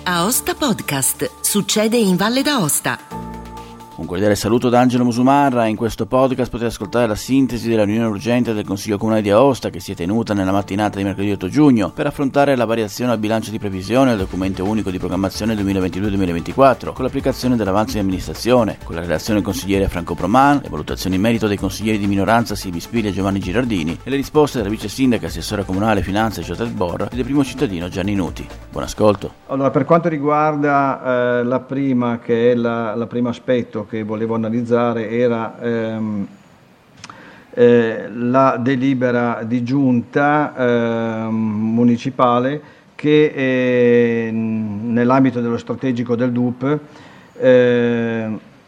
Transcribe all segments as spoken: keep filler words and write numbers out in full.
Aosta Podcast. Succede in Valle d'Aosta. Un cordiale saluto da Angelo Musumarra. In questo podcast potete ascoltare la sintesi della riunione urgente del Consiglio Comunale di Aosta che si è tenuta nella mattinata di mercoledì otto giugno per affrontare la variazione al bilancio di previsione al documento unico di programmazione duemilaventidue duemilaventiquattro con l'applicazione dell'avanzo di amministrazione, con la relazione del consigliere Franco Proman, le valutazioni in merito dei consiglieri di minoranza Silvi Spili e Giovanni Girardini e le risposte della vice sindaca, assessora comunale finanza e Josette Borra e del primo cittadino Gianni Nuti. Buon ascolto. Allora, per quanto riguarda eh, la prima, che è la, la primo aspetto che volevo analizzare, era ehm, eh, la delibera di giunta ehm, municipale che eh, nell'ambito dello strategico del D U P eh,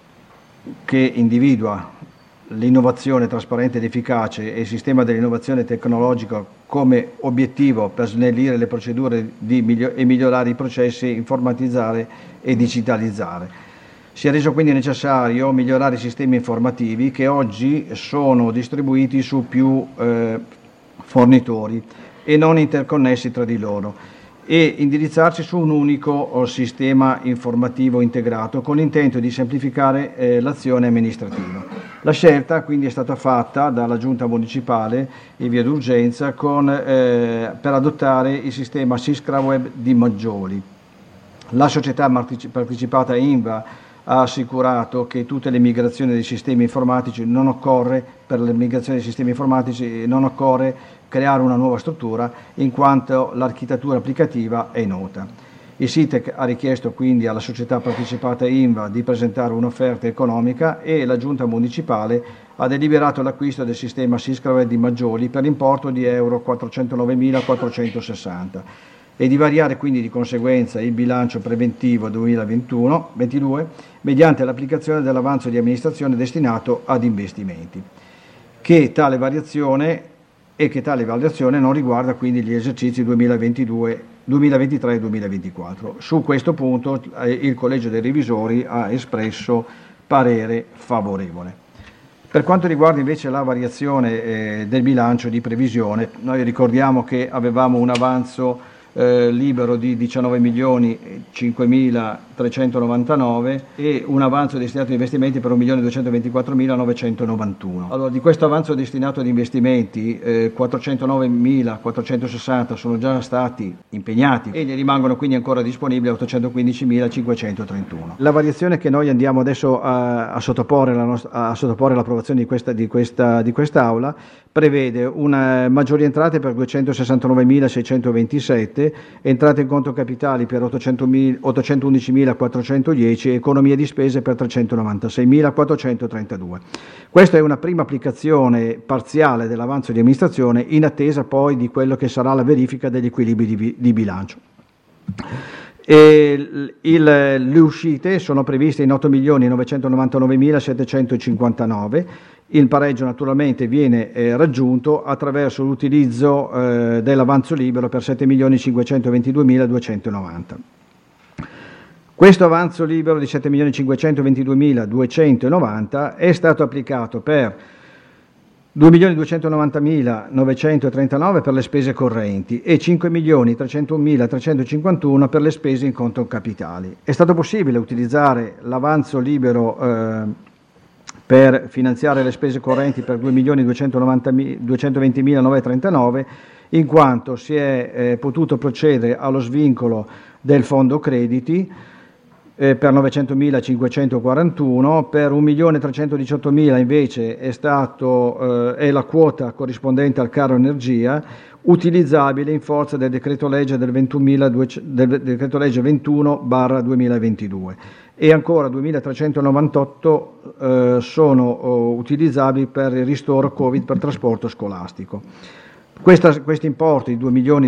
che individua l'innovazione trasparente ed efficace e il sistema dell'innovazione tecnologica come obiettivo per snellire le procedure di miglior- e migliorare i processi, informatizzare e digitalizzare. Si è reso quindi necessario migliorare i sistemi informativi che oggi sono distribuiti su più eh, fornitori e non interconnessi tra di loro e indirizzarsi su un unico sistema informativo integrato con l'intento di semplificare eh, l'azione amministrativa. La scelta quindi è stata fatta dalla Giunta Municipale in via d'urgenza con, eh, per adottare il sistema SISCRAweb di Maggioli. La società partecipata I N V A ha assicurato che tutte le migrazioni dei sistemi informatici non occorre, per le migrazioni dei sistemi informatici non occorre creare una nuova struttura in quanto l'architettura applicativa è nota. Il S I T E C ha richiesto quindi alla società partecipata I N V A di presentare un'offerta economica e la Giunta Municipale ha deliberato l'acquisto del sistema SISCRAweb di Maggioli per l'importo di euro quattrocentonovemilaquattrocentosessanta e di variare quindi di conseguenza il bilancio preventivo duemilaventuno ventidue mediante l'applicazione dell'avanzo di amministrazione destinato ad investimenti, che tale variazione e che tale variazione non riguarda quindi gli esercizi duemilaventidue, duemilaventitré e duemilaventiquattro. Su questo punto eh, il Collegio dei Revisori ha espresso parere favorevole. Per quanto riguarda invece la variazione eh, del bilancio di previsione, noi ricordiamo che avevamo un avanzo Eh, libero di diciannove milioni cinquemilatrecentonovantanove e un avanzo destinato ad investimenti per un milione duecentoventiquattromilanovecentonovantuno. Allora, di questo avanzo destinato ad investimenti eh, quattrocentonovemilaquattrocentosessanta sono già stati impegnati e ne rimangono quindi ancora disponibili ottocentoquindicimilacinquecentotrentuno. La variazione che noi andiamo adesso a, a sottoporre la nostra, a sottoporre all'approvazione di questa di questa di quest'Aula prevede una maggiori entrate per duecentosessantanovemilaseicentoventisette, entrate in conto capitali per ottocentoundicimilaquattrocentodieci e economie di spese per trecentonovantaseimilaquattrocentotrentadue. Questa è una prima applicazione parziale dell'avanzo di amministrazione in attesa poi di quello che sarà la verifica degli equilibri di, di bilancio. E il, le uscite sono previste in otto milioni novecentonovantanovemilasettecentocinquantanove. Il pareggio naturalmente viene eh, raggiunto attraverso l'utilizzo eh, dell'avanzo libero per sette milioni cinquecentoventiduemiladuecentonovanta. Questo avanzo libero di sette milioni cinquecentoventiduemiladuecentonovanta è stato applicato per due milioni duecentonovantamilanovecenotrentanove per le spese correnti e cinque milioni trecentomilatrecentocinquantuno per le spese in conto capitali. È stato possibile utilizzare l'avanzo libero eh, per finanziare le spese correnti per due milioni duecentoventimilanovecentotrentanove in quanto si è eh, potuto procedere allo svincolo del fondo crediti eh, per novecentomilacinquecentoquarantuno, per un milione trecentodiciottomila invece è, stato, eh, è la quota corrispondente al caro energia utilizzabile in forza del decreto legge del, del decreto legge ventuno barra duemilaventidue e ancora duemilatrecentonovantotto eh, sono oh, utilizzabili per il ristoro Covid per trasporto scolastico. Questa, questi importi di due milioni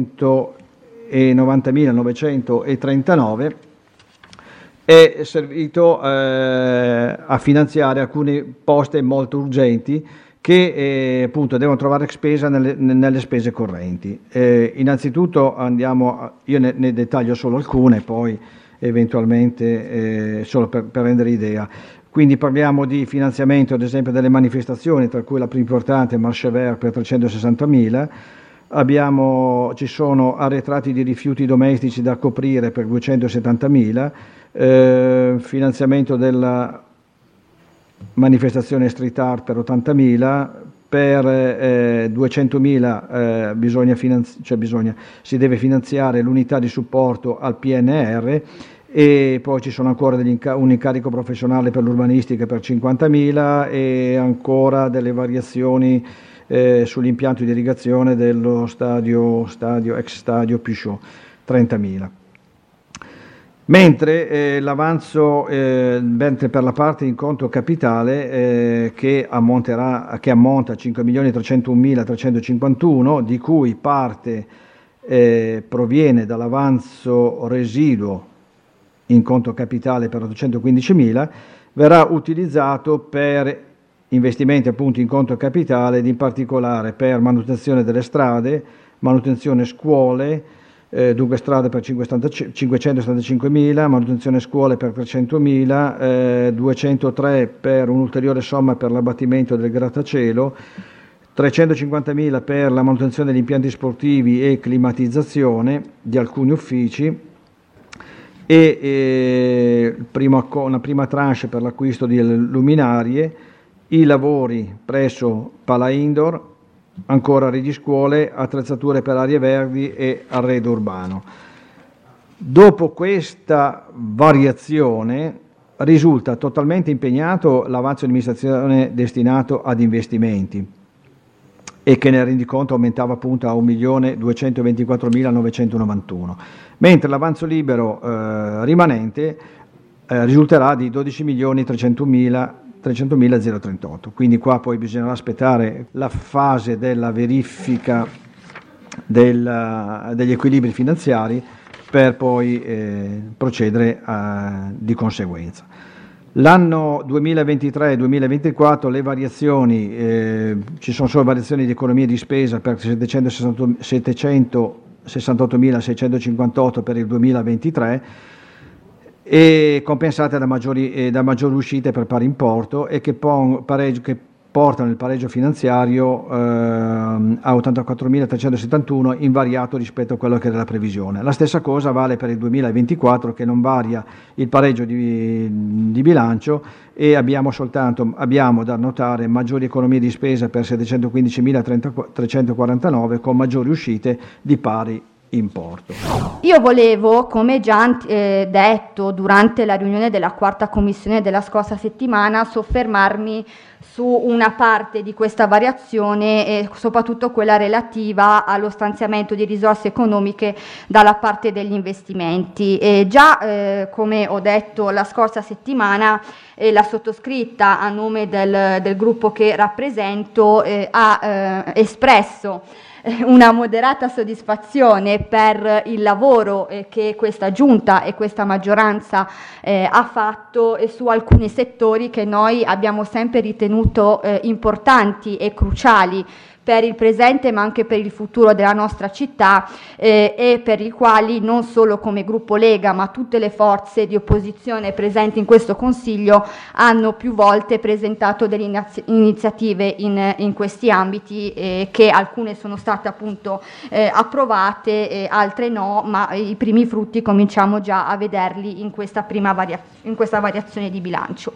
duecentonovantamilanovecenotrentanove è servito eh, a finanziare alcune poste molto urgenti che eh, appunto devono trovare spesa nelle, nelle spese correnti. Eh, innanzitutto andiamo, a, io ne, ne dettaglio solo alcune, poi eventualmente eh, solo per, per rendere idea. Quindi parliamo di finanziamento ad esempio delle manifestazioni, tra cui la più importante Marche Vert per trecentosessantamila, abbiamo, ci sono arretrati di rifiuti domestici da coprire per duecentosettantamila, eh, finanziamento della manifestazione street art per ottantamila, per eh, duecentomila eh, bisogna finanzi- cioè bisogna, si deve finanziare l'unità di supporto al P N R, e poi ci sono ancora degli inca- un incarico professionale per l'urbanistica per cinquantamila e ancora delle variazioni eh, sull'impianto di irrigazione dello stadio, stadio ex stadio Pichot, trentamila. Mentre eh, l'avanzo eh, mentre per la parte in conto capitale eh, che, ammonterà, che ammonta a cinque milioni trecentounmilatrecentocinquantuno, di cui parte eh, proviene dall'avanzo residuo in conto capitale per ottocentoquindicimila, verrà utilizzato per investimenti appunto in conto capitale, ed in particolare per manutenzione delle strade, manutenzione scuole, Eh, dunque strade per cinquecentosettantacinquemila, manutenzione scuole per trecentomila, eh, duecentotre per un'ulteriore somma per l'abbattimento del grattacielo, trecentocinquantamila per la manutenzione degli impianti sportivi e climatizzazione di alcuni uffici, e eh, primo, una prima tranche per l'acquisto di luminarie, i lavori presso Pala Indoor, ancora reti scuole, attrezzature per aree verdi e arredo urbano. Dopo questa variazione risulta totalmente impegnato l'avanzo di amministrazione destinato ad investimenti, e che nel rendiconto aumentava appunto a un milione duecentoventiquattromilanovecentonovantuno, mentre l'avanzo libero eh, rimanente eh, risulterà di dodici milioni trecentomila trecentomila Quindi qua poi bisognerà aspettare la fase della verifica del, degli equilibri finanziari per poi eh, procedere a, di conseguenza. L'anno duemilaventitré duemilaventiquattro le variazioni, eh, ci sono solo variazioni di economia di spesa per settecentosessantottomilaseicentocinquantotto per il duemilaventitré, e compensate da maggiori, eh, da maggiori uscite per pari importo, e che, pon, pareggio, che portano il pareggio finanziario eh, a ottantaquattromilatrecentosettantuno, invariato rispetto a quello che era la previsione. La stessa cosa vale per il duemilaventiquattro, che non varia il pareggio di, di bilancio, e abbiamo soltanto abbiamo da notare maggiori economie di spesa per settecentoquindicimilatrecentoquarantanove, con maggiori uscite di pari importo. Io volevo, come già eh, detto durante la riunione della quarta commissione della scorsa settimana, soffermarmi su una parte di questa variazione, e soprattutto quella relativa allo stanziamento di risorse economiche dalla parte degli investimenti. E già eh, come ho detto la scorsa settimana, eh, la sottoscritta, a nome del, del gruppo che rappresento, eh, ha eh, espresso una moderata soddisfazione per il lavoro eh, che questa giunta e questa maggioranza eh, ha fatto eh, su alcuni settori che noi abbiamo sempre ritenuto eh, importanti e cruciali per il presente ma anche per il futuro della nostra città, eh, e per i quali non solo come gruppo Lega ma tutte le forze di opposizione presenti in questo Consiglio hanno più volte presentato delle inizi- iniziative in, in questi ambiti, eh, che alcune sono state appunto eh, approvate, e altre no, ma i primi frutti cominciamo già a vederli in questa prima varia- in questa variazione di bilancio.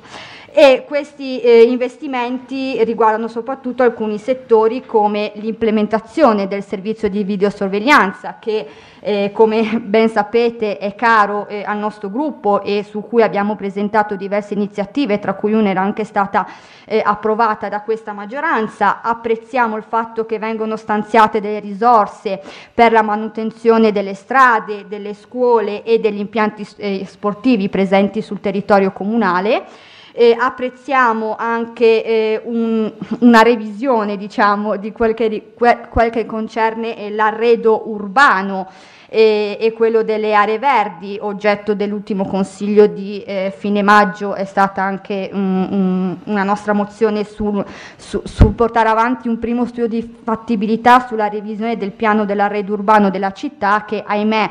E questi eh, investimenti riguardano soprattutto alcuni settori come l'implementazione del servizio di videosorveglianza, che eh, come ben sapete è caro eh, al nostro gruppo, e su cui abbiamo presentato diverse iniziative, tra cui una era anche stata eh, approvata da questa maggioranza. Apprezziamo il fatto che vengono stanziate delle risorse per la manutenzione delle strade, delle scuole e degli impianti eh, sportivi presenti sul territorio comunale. Eh, apprezziamo anche eh, un, una revisione, diciamo, di quel che, quel che concerne eh, l'arredo urbano e, e quello delle aree verdi, oggetto dell'ultimo consiglio di eh, fine maggio. È stata anche un, un, una nostra mozione sul, su, sul portare avanti un primo studio di fattibilità sulla revisione del piano dell'arredo urbano della città, che ahimè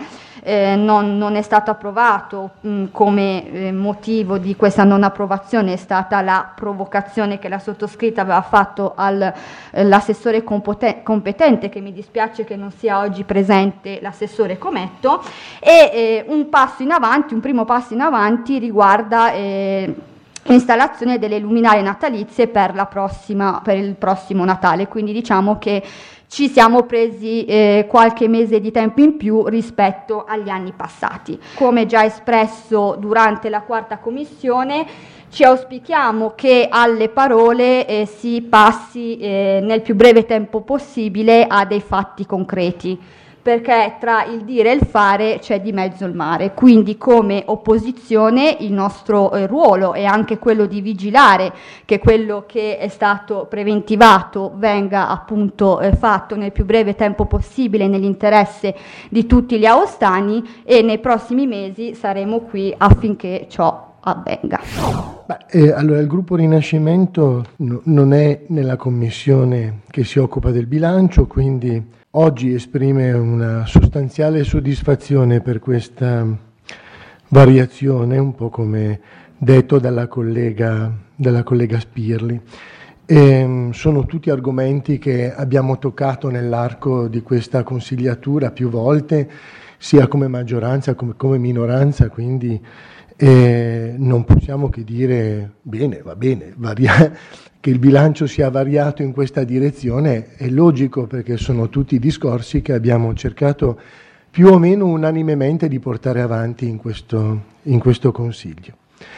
eh, non, non è stato approvato. Mh, come eh, motivo di questa non approvazione è stata la provocazione che la sottoscritta aveva fatto all'assessore eh, competente, che mi dispiace che non sia oggi presente l'assessore Cometto, e eh, un passo in avanti, un primo passo in avanti riguarda eh, l'installazione delle luminarie natalizie per, la prossima, per il prossimo Natale, quindi diciamo che ci siamo presi eh, qualche mese di tempo in più rispetto agli anni passati. Come già espresso durante la quarta commissione, ci auspichiamo che alle parole eh, si passi eh, nel più breve tempo possibile a dei fatti concreti, perché tra il dire e il fare c'è di mezzo il mare. Quindi come opposizione il nostro eh, ruolo è anche quello di vigilare che quello che è stato preventivato venga appunto eh, fatto nel più breve tempo possibile nell'interesse di tutti gli aostani, e nei prossimi mesi saremo qui affinché ciò avvenga. Beh, eh, allora il gruppo Rinascimento no, non è nella commissione che si occupa del bilancio, quindi oggi esprime una sostanziale soddisfazione per questa variazione, un po' come detto dalla collega, dalla collega Spirli. E sono tutti argomenti che abbiamo toccato nell'arco di questa consigliatura più volte, sia come maggioranza come, come minoranza, quindi eh, non possiamo che dire bene, va bene, varia- che il bilancio sia variato in questa direzione è logico, perché sono tutti discorsi che abbiamo cercato più o meno unanimemente di portare avanti in questo, in questo Consiglio.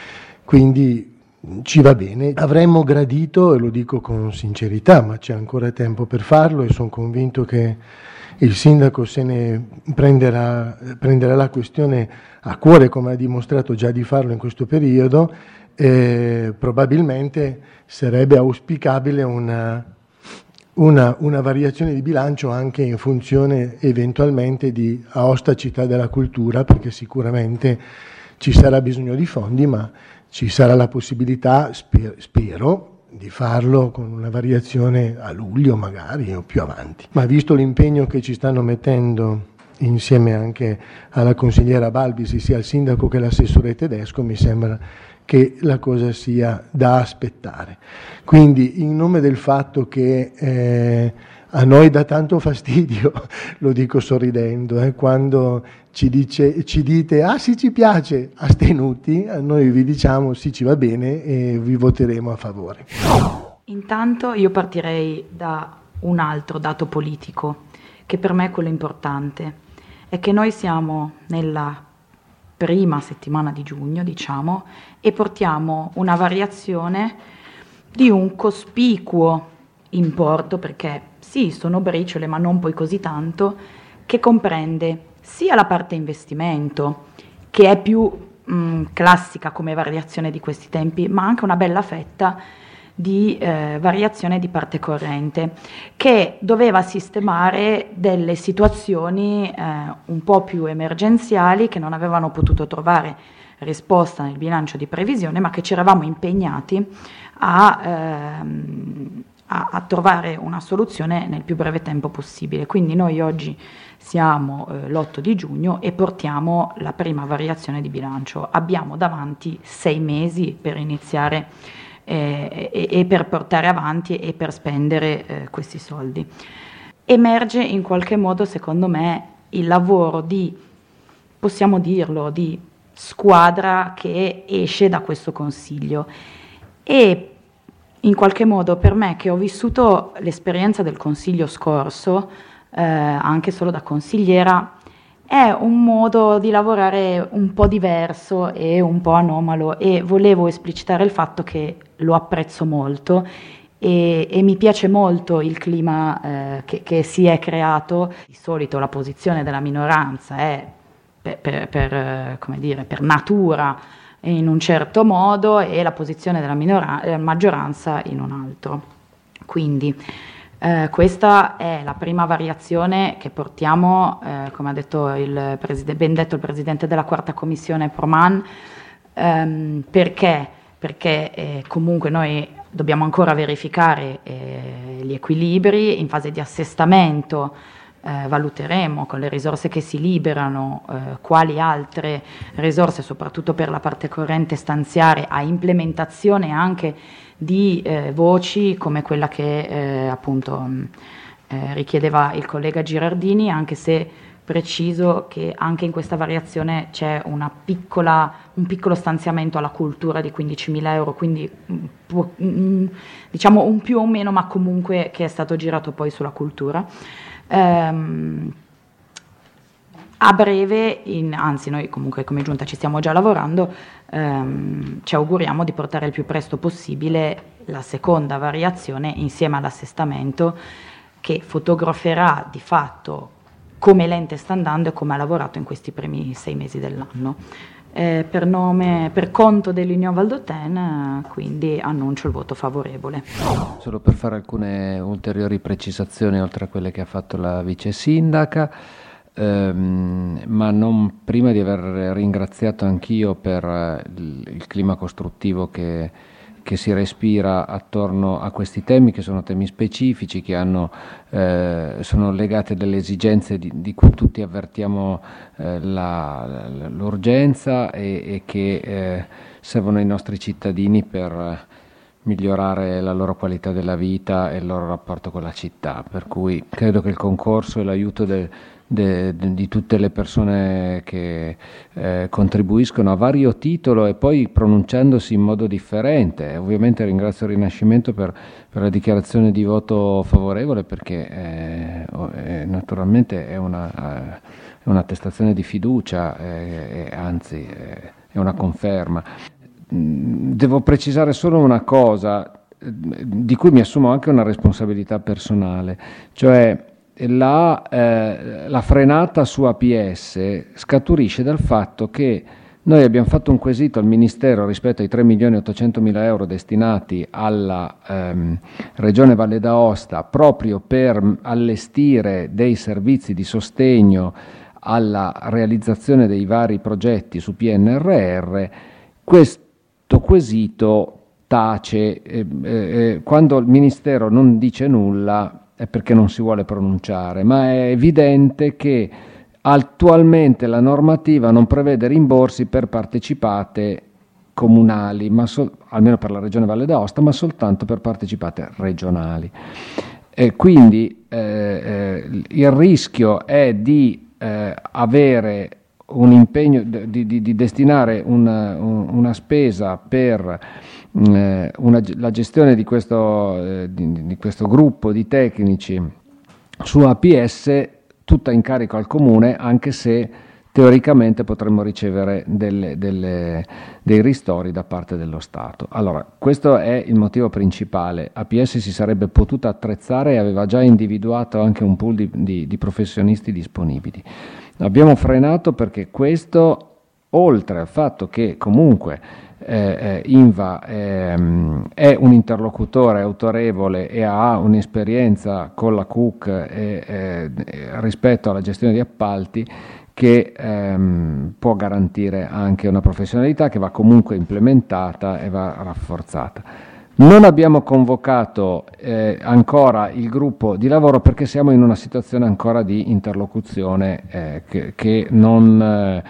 Quindi ci va bene. Avremmo gradito, e lo dico con sincerità, ma c'è ancora tempo per farlo e sono convinto che il sindaco se ne prenderà, prenderà la questione a cuore, come ha dimostrato già di farlo in questo periodo. Eh, probabilmente sarebbe auspicabile una, una, una variazione di bilancio anche in funzione eventualmente di Aosta Città della Cultura, perché sicuramente ci sarà bisogno di fondi, ma ci sarà la possibilità, sper, spero, di farlo con una variazione a luglio magari o più avanti. Ma visto l'impegno che ci stanno mettendo insieme anche alla consigliera Balbisi, sia il sindaco che l'assessore Tedesco, mi sembra che la cosa sia da aspettare. Quindi, in nome del fatto che eh, a noi dà tanto fastidio, lo dico sorridendo, eh, quando ci, dice, ci dite ah sì ci piace, astenuti, a noi vi diciamo sì ci va bene e vi voteremo a favore. Intanto io partirei da un altro dato politico, che per me è quello importante, è che noi siamo nella prima settimana di giugno, diciamo, e portiamo una variazione di un cospicuo importo, perché sì, sono briciole, ma non poi così tanto, che comprende sia la parte investimento, che è più mh, classica come variazione di questi tempi, ma anche una bella fetta di eh, variazione di parte corrente, che doveva sistemare delle situazioni eh, un po' più emergenziali che non avevano potuto trovare risposta nel bilancio di previsione, ma che ci eravamo impegnati a, ehm, a, a trovare una soluzione nel più breve tempo possibile. Quindi noi oggi siamo eh, l'otto di giugno e portiamo la prima variazione di bilancio. Abbiamo davanti sei mesi per iniziare eh, e, e per portare avanti e per spendere eh, questi soldi. Emerge in qualche modo, secondo me, il lavoro di, possiamo dirlo, di squadra che esce da questo Consiglio, e in qualche modo per me, che ho vissuto l'esperienza del Consiglio scorso eh, anche solo da consigliera, è un modo di lavorare un po' diverso e un po' anomalo, e volevo esplicitare il fatto che lo apprezzo molto e, e mi piace molto il clima eh, che, che si è creato. Di solito la posizione della minoranza è per, per, per, come dire, per natura in un certo modo, e la posizione della minora- eh, maggioranza in un altro. Quindi eh, questa è la prima variazione che portiamo, eh, come ha detto il preside- ben detto il presidente della quarta commissione Proman, ehm, perché? Perché eh, comunque noi dobbiamo ancora verificare eh, gli equilibri in fase di assestamento. eh, valuteremo con le risorse che si liberano eh, quali altre risorse, soprattutto per la parte corrente, stanziare a implementazione anche di eh, voci come quella che eh, appunto eh, richiedeva il collega Girardini, anche se preciso che anche in questa variazione c'è una piccola, un piccolo stanziamento alla cultura di quindicimila euro, quindi mm, diciamo un più o meno, ma comunque che è stato girato poi sulla cultura. Ehm, a breve, in, anzi noi comunque come giunta ci stiamo già lavorando, ehm, ci auguriamo di portare il più presto possibile la seconda variazione insieme all'assestamento, che fotograferà di fatto come l'ente sta andando e come ha lavorato in questi primi sei mesi dell'anno. Eh, per nome, per conto dell'Unione Valdôtaine, eh, quindi annuncio il voto favorevole. Solo per fare alcune ulteriori precisazioni oltre a quelle che ha fatto la vice sindaca, ehm, ma non prima di aver ringraziato anch'io per il, il clima costruttivo che che si respira attorno a questi temi, che sono temi specifici, che hanno, eh, sono legati a delle esigenze di, di cui tutti avvertiamo eh, la, l'urgenza e, e che eh, servono ai nostri cittadini per migliorare la loro qualità della vita e il loro rapporto con la città. Per cui credo che il concorso e l'aiuto de, de, de, di tutte le persone che eh, contribuiscono a vario titolo e poi pronunciandosi in modo differente. Ovviamente ringrazio il Rinascimento per, per la dichiarazione di voto favorevole, perché eh, eh, naturalmente è una, eh, è un'attestazione di fiducia, eh, eh, anzi eh, è una conferma. Devo precisare solo una cosa di cui mi assumo anche una responsabilità personale, cioè la, eh, la frenata su A P S scaturisce dal fatto che noi abbiamo fatto un quesito al Ministero rispetto ai tre milioni ottocentomila euro destinati alla ehm, Regione Valle d'Aosta proprio per allestire dei servizi di sostegno alla realizzazione dei vari progetti su P N R R. Questo quesito tace, eh, eh, quando il Ministero non dice nulla è perché non si vuole pronunciare, ma è evidente che attualmente la normativa non prevede rimborsi per partecipate comunali, ma sol- almeno per la Regione Valle d'Aosta, ma soltanto per partecipate regionali. E quindi eh, eh, il rischio è di eh, avere un impegno di, di, di destinare una, una spesa per eh, una, la gestione di questo, eh, di, di questo gruppo di tecnici su A P S tutta in carico al comune, anche se teoricamente potremmo ricevere delle, delle, dei ristori da parte dello Stato. Allora, questo è il motivo principale. A P S si sarebbe potuta attrezzare e aveva già individuato anche un pool di, di, di professionisti disponibili. Abbiamo frenato perché questo, oltre al fatto che comunque eh, eh, Inva eh, è un interlocutore autorevole e ha un'esperienza con la C U C eh, eh, rispetto alla gestione di appalti, che ehm, può garantire anche una professionalità che va comunque implementata e va rafforzata. Non abbiamo convocato eh, ancora il gruppo di lavoro perché siamo in una situazione ancora di interlocuzione eh, che, che non eh,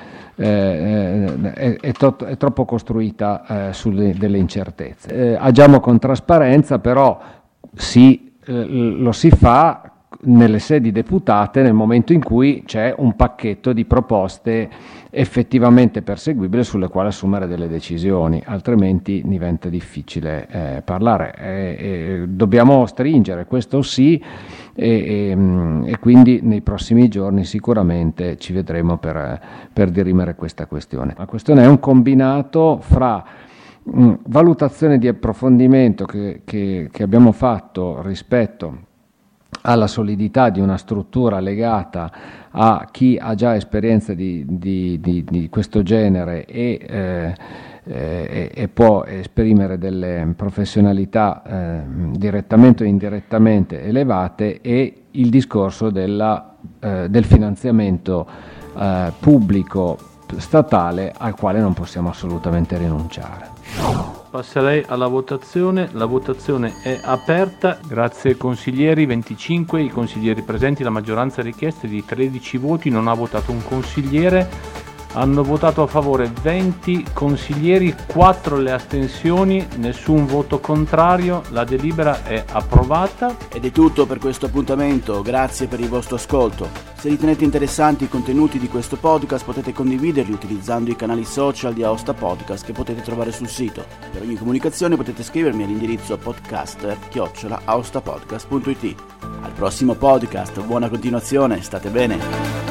eh, è, è, to- è troppo costruita eh, su delle incertezze. Eh, agiamo con trasparenza, però sì, eh, lo si fa nelle sedi deputate nel momento in cui c'è un pacchetto di proposte effettivamente perseguibile sulle quali assumere delle decisioni, altrimenti diventa difficile eh, parlare. E, e dobbiamo stringere, questo sì, e, e, e quindi nei prossimi giorni sicuramente ci vedremo per, per dirimere questa questione. La questione è un combinato fra mh, valutazione di approfondimento che, che, che abbiamo fatto rispetto alla solidità di una struttura legata a chi ha già esperienza di, di, di, di questo genere e, eh, eh, e può esprimere delle professionalità eh, direttamente o indirettamente elevate, e il discorso della, eh, del finanziamento eh, pubblico statale al quale non possiamo assolutamente rinunciare. passerei alla votazione. La votazione è aperta. Grazie ai consiglieri, venticinque, i consiglieri presenti, la maggioranza richiesta di tredici voti, non ha votato un consigliere. Hanno votato a favore venti consiglieri, quattro le astensioni, nessun voto contrario. La delibera è approvata. Ed è tutto per questo appuntamento, grazie per il vostro ascolto. Se ritenete interessanti i contenuti di questo podcast potete condividerli utilizzando i canali social di Aosta Podcast che potete trovare sul sito. Per ogni comunicazione potete scrivermi all'indirizzo podcaster chiocciola aostapodcast punto it. Al prossimo podcast, buona continuazione, state bene!